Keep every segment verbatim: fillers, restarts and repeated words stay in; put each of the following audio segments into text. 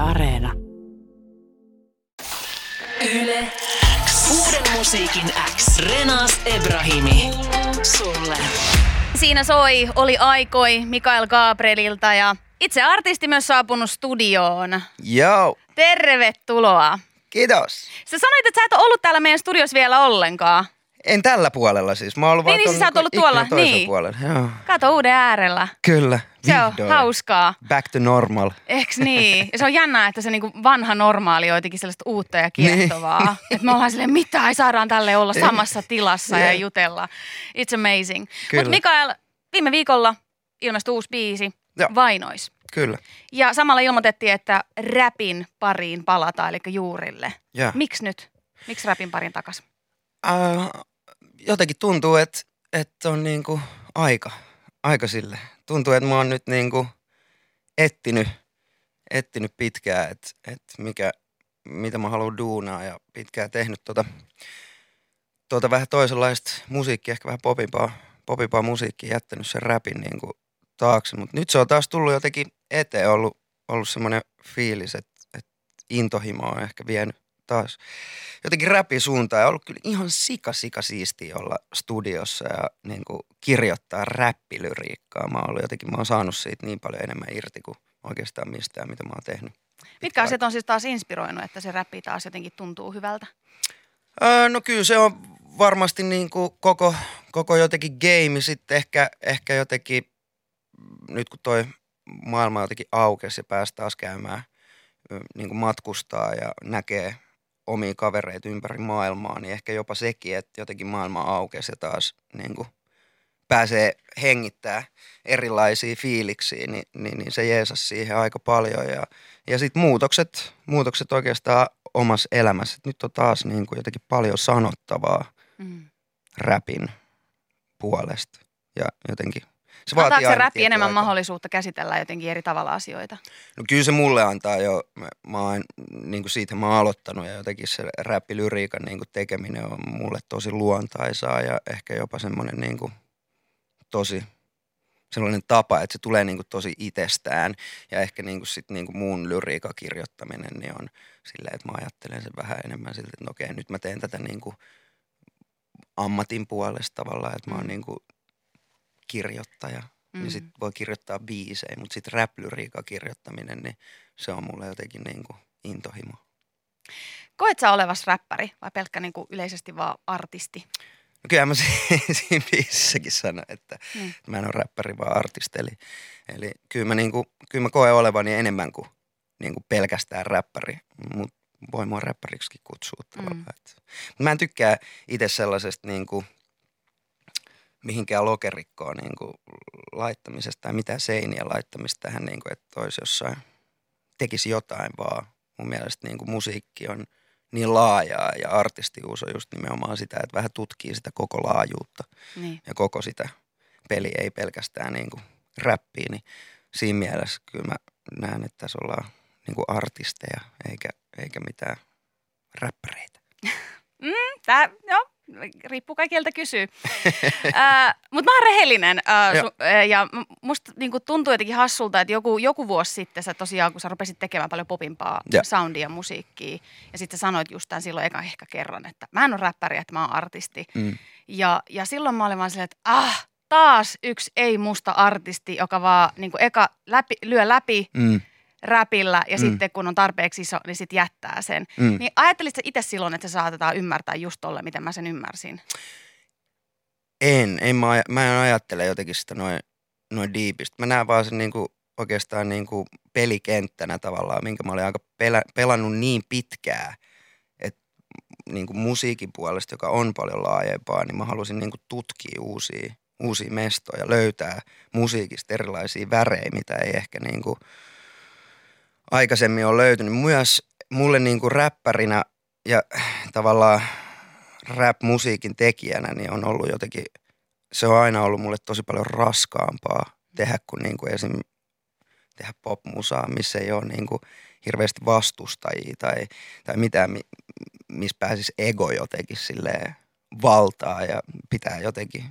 Areena. Yle X. Uuden musiikin X. Renas Ebrahimi. Sulle. Siinä soi Oli aikoi Mikael Gabrielilta ja itse artisti myös saapunut studioon. Joo. Tervetuloa. Kiitos. Sä sanoit, että sä et ole ollut täällä meidän studiossa vielä ollenkaan. En tällä puolella siis. Mä oon ollut Niin, vaan niin sä oot ollut tuolla. Niin. puolella. Joo. Kato uuden äärellä. Kyllä, Se on vihdoin. hauskaa. Back to normal. Eks niin? Ja se on jännää, että se niinku vanha normaali on jotenkin sellaista uutta ja kiehtovaa. Niin. Että me ollaan silleen, mitä ei saadaan tälle olla samassa tilassa ja jutella. It's amazing. Mutta Mikael, viime viikolla ilmestyi uusi biisi, Joo. Vainois. Kyllä. Ja samalla ilmoitettiin, että räpin pariin palataan, eli juurille. Ja. Miksi nyt? Miksi räpin pariin takas? Uh, jotenkin tuntuu, että, että on niinku aika, aika sille. Tuntuu, että mä oon nyt niinku etsinyt, etsinyt pitkään, että, että mikä, mitä mä haluan duunaa ja pitkään tehnyt tuota, tuota vähän toisenlaista musiikkia, ehkä vähän popipaa, popipaa musiikkia, jättänyt sen räpin niinku taakse. Mutta nyt se on taas tullut jotenkin eteen, ollut, ollut semmoinen fiilis, että, että intohimo on ehkä vienyt taas jotenkin räpin suuntaan ja ollut kyllä ihan sika sika siistiä olla studiossa ja niin kuin kirjoittaa räppilyriikkaa. Mä oon ollut jotenkin, mä oon saanut siitä niin paljon enemmän irti kuin oikeastaan mistään, mitä mä oon tehnyt. Mitkä asiat on siis taas inspiroinut, että se räppi taas jotenkin tuntuu hyvältä? Öö, no kyllä se on varmasti niin kuin koko, koko jotenkin game sitten ehkä, ehkä jotenkin, nyt kun toi maailma jotenkin aukesi ja pääsi taas käymään niin kuin matkustaa ja näkee omia kavereita ympäri maailmaa, niin ehkä jopa sekin, että jotenkin maailma aukesi ja taas niin kuin pääsee hengittää erilaisia fiiliksiä, niin, niin, niin se jeesasi siihen aika paljon. Ja, ja sitten muutokset, muutokset oikeastaan omassa elämässä. Et nyt on taas niin kuin jotenkin paljon sanottavaa mm. räpin puolesta ja jotenkin se antaako se räppi enemmän aikaa. Mahdollisuutta käsitellä jotenkin eri tavalla asioita? No kyllä se mulle antaa jo, mä, mä oon, niin kuin siitä mä oon aloittanut ja jotenkin se räppilyriikan niin kuin tekeminen on mulle tosi luontaisaa ja ehkä jopa semmoinen niin kuin tosi sellainen tapa, että se tulee niin kuin tosi itsestään ja ehkä niin kuin sit niin kuin mun lyriikan kirjoittaminen niin on silleen, että mä ajattelen sen vähän enemmän siltä, että no okei, nyt mä teen tätä niin kuin ammatin puolesta tavallaan, että mä oon niin kuin kirjoittaja, mm. niin sit voi kirjoittaa biisejä, mutta sit rap-lyriikan kirjoittaminen, niin se on mulle jotenkin niinku intohimo. Koet sä olevas räppäri vai pelkkä niinku yleisesti vaan artisti? No kyllä mä siinä biisissäkin sanon, että mm. mä en ole räppäri vaan artisti, eli, eli kyllä, mä niinku, kyllä mä koen olevani enemmän kuin niinku pelkästään räppäri, mutta voi mua räppäriksi kutsua tavallaan. Mm. Mä en tykkää itse sellaisesta niinku mihinkään lokerikkoon niin kuin laittamisesta tai mitään seiniä laittamista tähän, niin kuin, että olisi jossain, tekisi jotain vaan. Mun mielestä niin kuin musiikki on niin laajaa ja artistius on just nimenomaan sitä, että vähän tutkii sitä koko laajuutta niin. Ja koko sitä peliä, ei pelkästään niin kuin räppiä, niin siinä mielessä kyllä mä näen, että tässä ollaan niin kuin artisteja eikä, eikä mitään räppäreitä. mm, tää, joo. Riippuu kaikilta kysyy. äh, Mutta mä oon rehellinen äh, su, äh, ja musta niinku tuntuu jotenkin hassulta, että joku, joku vuosi sitten sä tosiaan, kun sä rupesit tekemään paljon popimpaa ja. soundia ja musiikkia ja sitten sä sanoit just tämän silloin eka ehkä kerran, että mä en ole räppäri, että mä oon artisti. Mm. Ja, ja silloin mä olin vaan silleen, että ah, taas yksi ei-musta artisti, joka vaan niinku eka läpi, lyö läpi. Mm. räpillä ja mm. sitten kun on tarpeeksi iso, niin sitten jättää sen. Mm. Niin ajattelitko itse silloin, että se saatetaan ymmärtää just tolle, miten mä sen ymmärsin? En, en mä, mä en ajattele jotenkin sitä noin noin diipistä. Mä näen vaan sen niinku, oikeastaan niinku pelikenttänä tavallaan, minkä mä olin aika pelä, pelannut niin pitkään, että niinku musiikin puolesta, joka on paljon laajempaa, niin mä halusin niinku tutkia uusia, uusia mestoja, löytää musiikista erilaisia värejä, mitä ei ehkä niinku aikaisemmin on löytynyt. Myös mulle niinku räppärinä ja tavallaan rap-musiikin tekijänä niin on ollut jotenkin, se on aina ollut mulle tosi paljon raskaampaa tehdä kuin niinku esim. Tehdä pop-musaa, missä ei ole niinku hirveästi vastustajia tai, tai mitään, missä pääsisi ego jotenkin silleen valtaa ja pitää jotenkin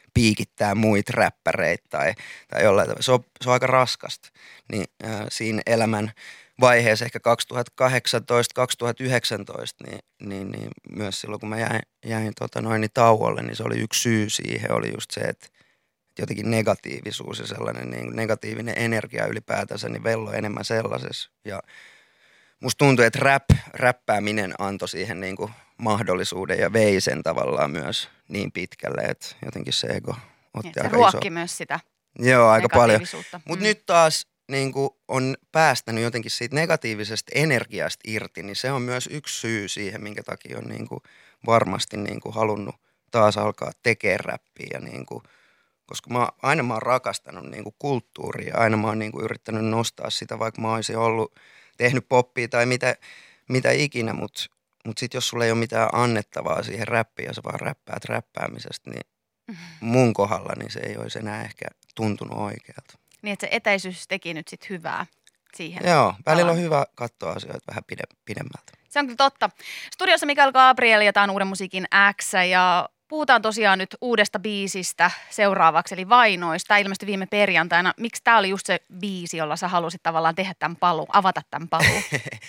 piikittää muita räppäreitä tai, tai jollain tavalla. Se on, se on aika raskasta. Niin äh, siinä elämän vaiheessa ehkä kaksituhattakahdeksantoista kaksituhattayhdeksäntoista, niin, niin, niin myös silloin kun mä jäin, jäin tota noin, niin tauolle, niin se oli yksi syy siihen, oli just se, että jotenkin negatiivisuus ja sellainen niin negatiivinen energia ylipäätänsä, niin vello enemmän sellaisessa. Ja musta tuntuu, että rap, räppääminen antoi siihen niin kuin mahdollisuuden ja vei sen tavallaan myös niin pitkälle, että jotenkin se ego otti se aika ruokki iso. myös sitä Joo, aika paljon. Mutta mm. nyt taas niin kuin on päästänyt jotenkin siitä negatiivisesta energiasta irti, niin se on myös yksi syy siihen, minkä takia on niin kuin varmasti niin kuin halunnut taas alkaa tekemään räppiä. Ja niin kuin, koska mä, aina mä oon rakastanut niin kuin kulttuuria, aina mä oon niin kuin yrittänyt nostaa sitä, vaikka mä olisin ollut tehnyt poppia tai mitä, mitä ikinä, mutta mut sitten jos sulla ei ole mitään annettavaa siihen räppiin ja sä vaan räppäät räppäämisestä, niin mun kohdalla niin se ei olisi enää ehkä tuntunut oikealta. Niin, että se etäisyys teki nyt sitten hyvää siihen. Joo, välillä on hyvä katsoa asioita vähän pide- pidemmältä. Se on kyllä totta. Studiossa Mikael Gabriel ja tämä on Uuden musiikin X ja puhutaan tosiaan nyt uudesta biisistä seuraavaksi, eli Vainoista. Tämä ilmestyi viime perjantaina. Miksi tämä oli just se biisi, jolla sä halusit tavallaan tehdä tämän paluun, avata tämän paluun?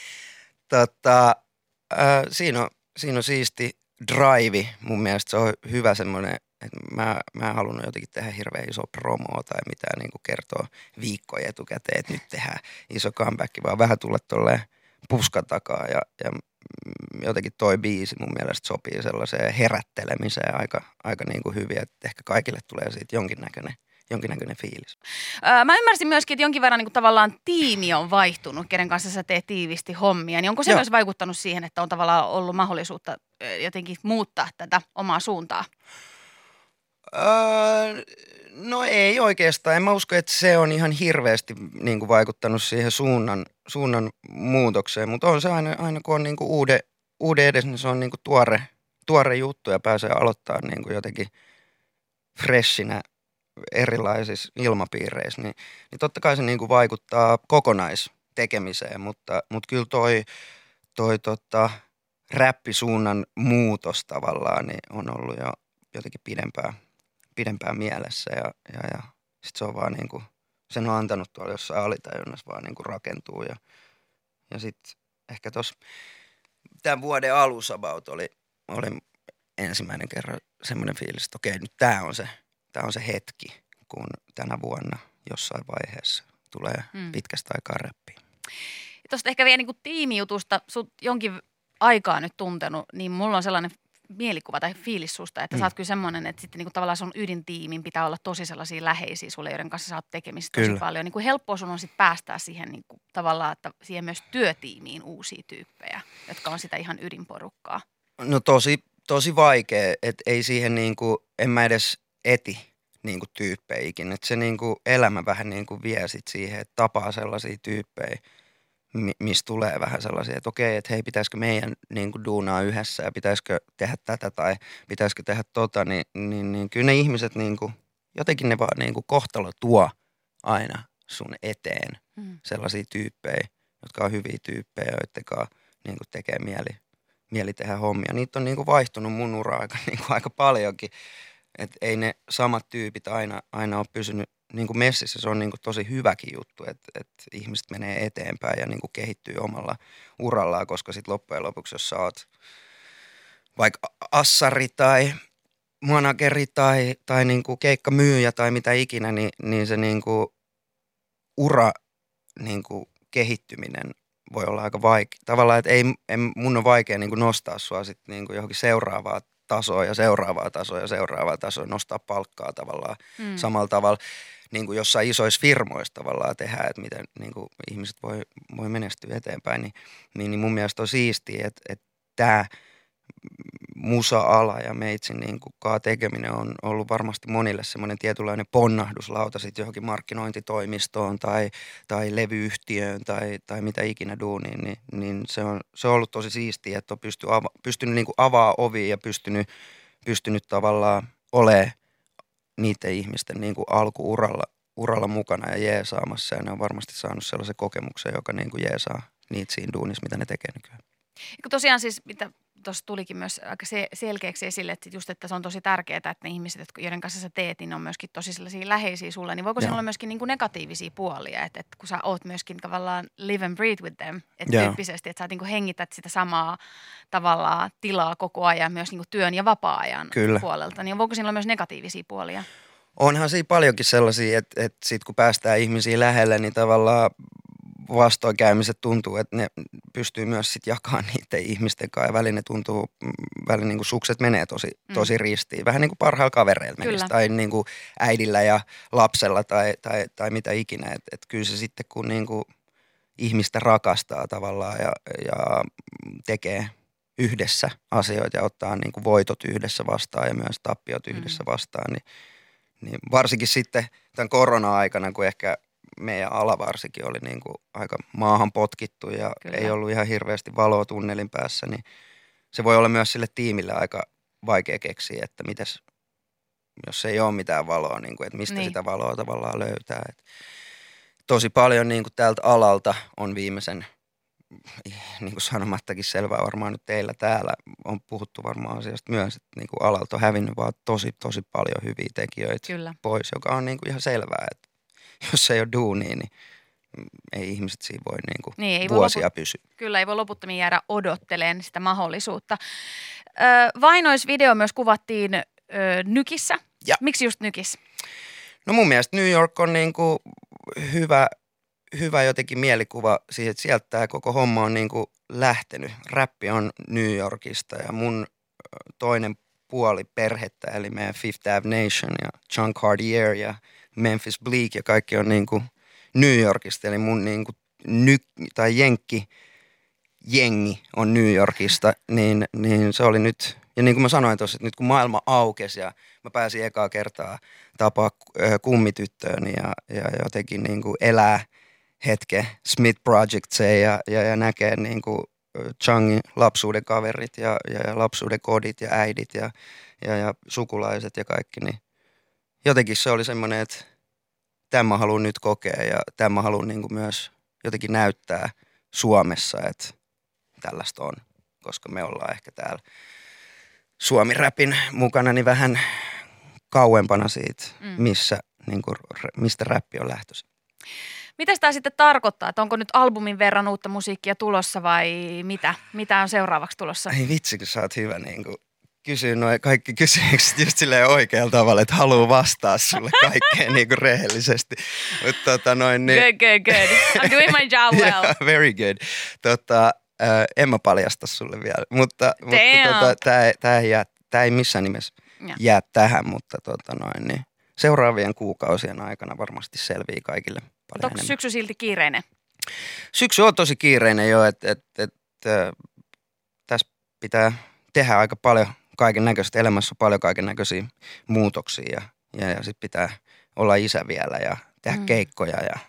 tota, äh, siinä, on, siinä on siisti drive. Mun mielestä se on hyvä semmoinen, että mä, mä en halunnut jotenkin tehdä hirveän iso promoa tai mitään niin kuin kertoa viikkoja etukäteen, että nyt tehdään iso comeback, vaan vähän tulla tolleen puskan takaa ja, ja jotenkin toi biisi mun mielestä sopii sellaiseen herättelemiseen aika, aika niin kuin hyvin, että ehkä kaikille tulee siitä jonkinnäköinen, jonkinnäköinen fiilis. Öö, mä ymmärsin myöskin, että jonkin verran niin kuin tavallaan tiimi on vaihtunut, kenen kanssa sä teet tiiviisti hommia. Niin onko se Joo. myös vaikuttanut siihen, että on tavallaan ollut mahdollisuutta jotenkin muuttaa tätä omaa suuntaa? Öö, no ei oikeastaan. En mä usko, että se on ihan hirveästi niin kuin vaikuttanut siihen suunnan, suunnan muutokseen, mutta on se aina, aina kun on niin kuin uuden, uuden edes, niin se on niin kuin tuore, tuore juttu ja pääsee aloittamaan niin kuin jotenkin freshinä erilaisissa ilmapiireissä, niin, niin totta kai se niin kuin vaikuttaa kokonaistekemiseen, mutta, mutta kyllä toi, toi tota, räppisuunnan muutos tavallaan niin on ollut jo jotenkin pidempään. pidempään mielessä ja, ja, ja sitten se on vaan niinku, sen on antanut tuolla jossain alitajunnassa vaan niinku rakentuu ja, ja sitten ehkä tuossa tämän vuoden alussa about oli, oli ensimmäinen kerran semmoinen fiilis, että okei nyt tää on se, tää on se hetki, kun tänä vuonna jossain vaiheessa tulee hmm. pitkästä aikaa räppiä. Tuosta ehkä vielä niinku tiimijutusta, sut jonkin aikaa nyt tuntenut, niin mulla on sellainen mielikuva tai fiilis susta, että mm. sä oot kyllä semmoinen, että sitten niinku tavallaan sun ydintiimin pitää olla tosi sellaisia läheisiä sulle, joiden kanssa sä oot tekemistä tosi kyllä. paljon. Niinku helppoa sun on sitten päästää siihen niinku tavallaan, että siihen myös työtiimiin uusia tyyppejä, jotka on sitä ihan ydinporukkaa. No tosi, tosi vaikea, että ei siihen niinku, en mä edes eti niinku tyyppejä ikinä. Että se niinku elämä vähän niinku vie sit siihen, että tapaa sellaisia tyyppejä, mistä tulee vähän sellaisia, että okei, että hei, pitäisikö meidän niin kuin duunaa yhdessä ja pitäisikö tehdä tätä tai pitäisikö tehdä tota, niin, niin, niin kyllä ne ihmiset niin kuin, jotenkin ne vaan niin kuin kohtalo tuo aina sun eteen mm. sellaisia tyyppejä, jotka on hyviä tyyppejä, joiden niin kuin tekee mieli, mieli tehdä hommia. Niitä on niin kuin vaihtunut mun ura-aika niin kuin aika paljonkin, että ei ne samat tyypit aina, aina ole pysynyt niin kuin messissä. Se on niin kuin tosi hyväkin juttu, että, että ihmiset menee eteenpäin ja niin kuin kehittyy omalla urallaan, koska sitten loppujen lopuksi, jos sä oot vaikka assari tai manageri tai, tai niin kuin keikkamyyjä tai mitä ikinä, niin, niin se niin kuin ura niin kuin kehittyminen voi olla aika vaikea. Tavallaan, että ei, en, mun on vaikea niin kuin nostaa sua sitten niin kuin johonkin seuraavaa tasoa ja seuraavaa tasoa ja seuraavaa tasoa, nostaa palkkaa tavallaan mm. samalla tavalla, niin kuin jossain isoissa firmoissa tavallaan tehdään, että miten niin kuin ihmiset voi, voi menestyä eteenpäin, niin, niin, niin mun mielestä on siistiä, että, että tämä musa-ala ja meitsin niin kuin kaa tekeminen on ollut varmasti monille semmoinen tietynlainen ponnahduslauta sitten johonkin markkinointitoimistoon tai, tai levyyhtiöön tai, tai mitä ikinä duuniin, niin, niin se, on, se on ollut tosi siistiä, että on pysty ava, pystynyt niin kuin avaa ovia ja pystynyt, pystynyt tavallaan olemaan niiden ihmisten niin kuin alkuuralla uralla mukana ja jeesaamassa ja ne on varmasti saanut sellaisen kokemuksen, joka niin kuin jeesaa niitä siinä duunissa, mitä ne tekee nykyään. Ja kun tosiaan siis, mitä tuossa tulikin myös aika se, selkeäksi esille, että just, että se on tosi tärkeää, että ne ihmiset, joiden kanssa sä teet, niin on myöskin tosi sellaisia läheisiä sulle. Niin voiko siinä olla myöskin niin kuin negatiivisia puolia, että, että kun sä oot myöskin tavallaan live and breathe with them, että Joo. tyyppisesti, että sä niin kuin hengität sitä samaa tavallaan tilaa koko ajan myös niin kuin työn ja vapaa-ajan Kyllä. puolelta, niin voiko siinä olla myös negatiivisia puolia? Onhan siinä paljonkin sellaisia, että, että sit kun päästään ihmisiä lähelle, niin tavallaan vastoinkäymiset tuntuu, että ne pystyy myös sit jakamaan niiden ihmisten kanssa ja välillä ne tuntuu, välillä niin kuin sukset menee tosi, tosi ristiin. Vähän niin kuin parhailla kavereilla menisi tai niin kuin äidillä ja lapsella tai, tai, tai mitä ikinä. Että et kyllä se sitten kun niin kuin ihmistä rakastaa tavallaan ja, ja tekee yhdessä asioita ja ottaa niin kuin voitot yhdessä vastaan ja myös tappiot yhdessä vastaan, niin, niin varsinkin sitten tämän korona-aikana, kun ehkä meidän ala varsinkin oli niin kuin aika maahan potkittu ja Kyllä. ei ollut ihan hirveästi valoa tunnelin päässä, niin se voi olla myös sille tiimille aika vaikea keksiä, että mitäs, jos ei ole mitään valoa, niin kuin, että mistä niin. sitä valoa tavallaan löytää. Et tosi paljon niin kuin tältä alalta on viimeisen, niin kuin sanomattakin selvää varmaan nyt teillä täällä, on puhuttu varmaan asiasta myös, että niin kuin alalta on hävinnyt vaan tosi, tosi paljon hyviä tekijöitä Kyllä. pois, joka on niin kuin ihan selvää, että jos ei ole duunia, niin ei ihmiset siinä voi niinku niin, ei vuosia lopu- pysyä. Kyllä, ei voi loputtomiin jäädä odottelemaan sitä mahdollisuutta. Ö, Vainois-video myös kuvattiin ö, Nykissä. Ja. Miksi just Nykissä? No mun mielestä New York on niinku hyvä, hyvä jotenkin mielikuva siihen, että sieltä tämä koko homma on niinku lähtenyt. Räppi on New Yorkista ja mun toinen puoli perhettä, eli meidän Fifth Ave Nation ja John Cartier ja Memphis Bleak ja kaikki on niinku New Yorkista, eli mun niinku ny- tai jenkki jengi on New Yorkista, niin, niin se oli nyt, ja niin kuin mä sanoin tuossa, että nyt kun maailma aukesi ja mä pääsin ekaa kertaa tapaa kummityttööni ja, ja jotenkin niinku elää hetke Smith Projectseen ja, ja, ja näkee niinku Changin lapsuuden kaverit ja, ja, ja lapsuuden kodit ja äidit ja, ja, ja sukulaiset ja kaikki, niin jotenkin se oli semmoinen, että tämän mä haluan nyt kokea ja tämän mä haluan niin kuin myös jotenkin näyttää Suomessa, että tällaista on, koska me ollaan ehkä täällä Suomi-räpin mukana niin vähän kauempana siitä, mm. missä, niin kuin, mistä räppi on lähtöisin. Mitä tämä sitten tarkoittaa? Että onko nyt albumin verran uutta musiikkia tulossa vai mitä? Mitä on seuraavaksi tulossa? Ei vitsi, kun sä oot hyvä niin kuin kysyä noin kaikki kysymykset just silleen oikealla tavalla, että haluaa vastaa sulle kaikkeen niin kuin rehellisesti. Mutta tota noin niin. Good, good, good. I'm doing my job well. Yeah, very good. Tota, äh, en mä paljasta sulle vielä, mutta, mutta tota, tää, tää, ei jää, tää ei missään nimessä yeah. jää tähän, mutta tota noin niin. Seuraavien kuukausien aikana varmasti selviää kaikille paljon onko enemmän. Syksy silti kiireinen? Syksy on tosi kiireinen jo, että et, et, äh, tässä pitää tehdä aika paljon kaiken näköistä. Elämässä on paljon kaiken näköisiä muutoksia ja, ja, ja sitten pitää olla isä vielä ja tehdä mm. keikkoja ja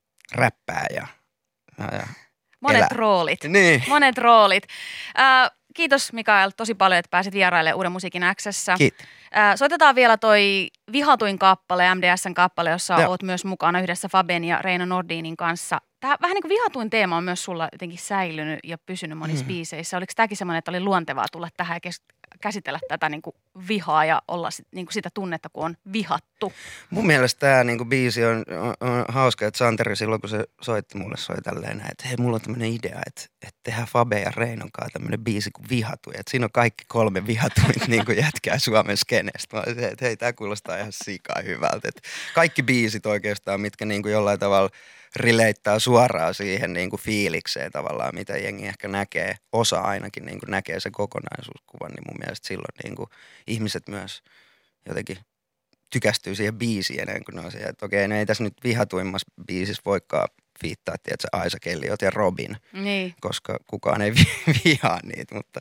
räppää ja, ja, ja Monet elää. roolit. Niin. Monet roolit. Äh, kiitos Mikael tosi paljon, että pääsit vierailemaan Uuden musiikin X:ssä. Kiitos. Äh, soitetaan vielä toi Vihatuin kappale, M D S:n kappale, jossa Joo. oot myös mukana yhdessä Faben ja Reino Nordinin kanssa. Tämä vähän niin kuin Vihatuin teema on myös sulla jotenkin säilynyt ja pysynyt monissa mm. biiseissä. Oliko tämäkin semmoinen, että oli luontevaa tulla tähän ja kes- käsitellä tätä niin kuin vihaa ja olla sit, niin kuin sitä tunnetta, kun on vihattu? Mun mielestä tämä niin kuin biisi on, on, on hauska, että Santeri silloin, kun se soitti mulle, soi tälleen, että hei, mulla on tämmöinen idea, että, että tehdään Fabe ja Reinon kanssa tämmöinen biisi kuin Vihatui. Että siinä on kaikki kolme vihatuit niin kuin jätkää Suomen skeneestä. Mä olisin, että hei, tämä kuulostaa ihan sikaa hyvältä. Että kaikki biisit oikeastaan, mitkä niin kuin jollain tavalla rileittaa suoraan siihen niin kuin fiilikseen tavallaan, mitä jengi ehkä näkee. Osa ainakin niin kuin näkee sen kokonaisuuskuvan, niin mun mielestä silloin niin kuin ihmiset myös jotenkin tykästyy siihen biisiin ennen kuin ne on siihen, että okei, ne ei tässä nyt vihatuimmassa biisissä voikaan viittaa, tiedätkö, Aisa Kelliot ja Robin, niin. Koska kukaan ei vihaa niitä, mutta...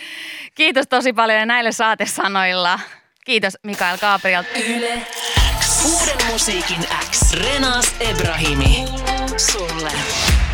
Kiitos tosi paljon ja näillä saatesanoilla. Kiitos Mikael Gabriel. Yle X. Uuden musiikin X. Renas Ebrahimi. Sulle.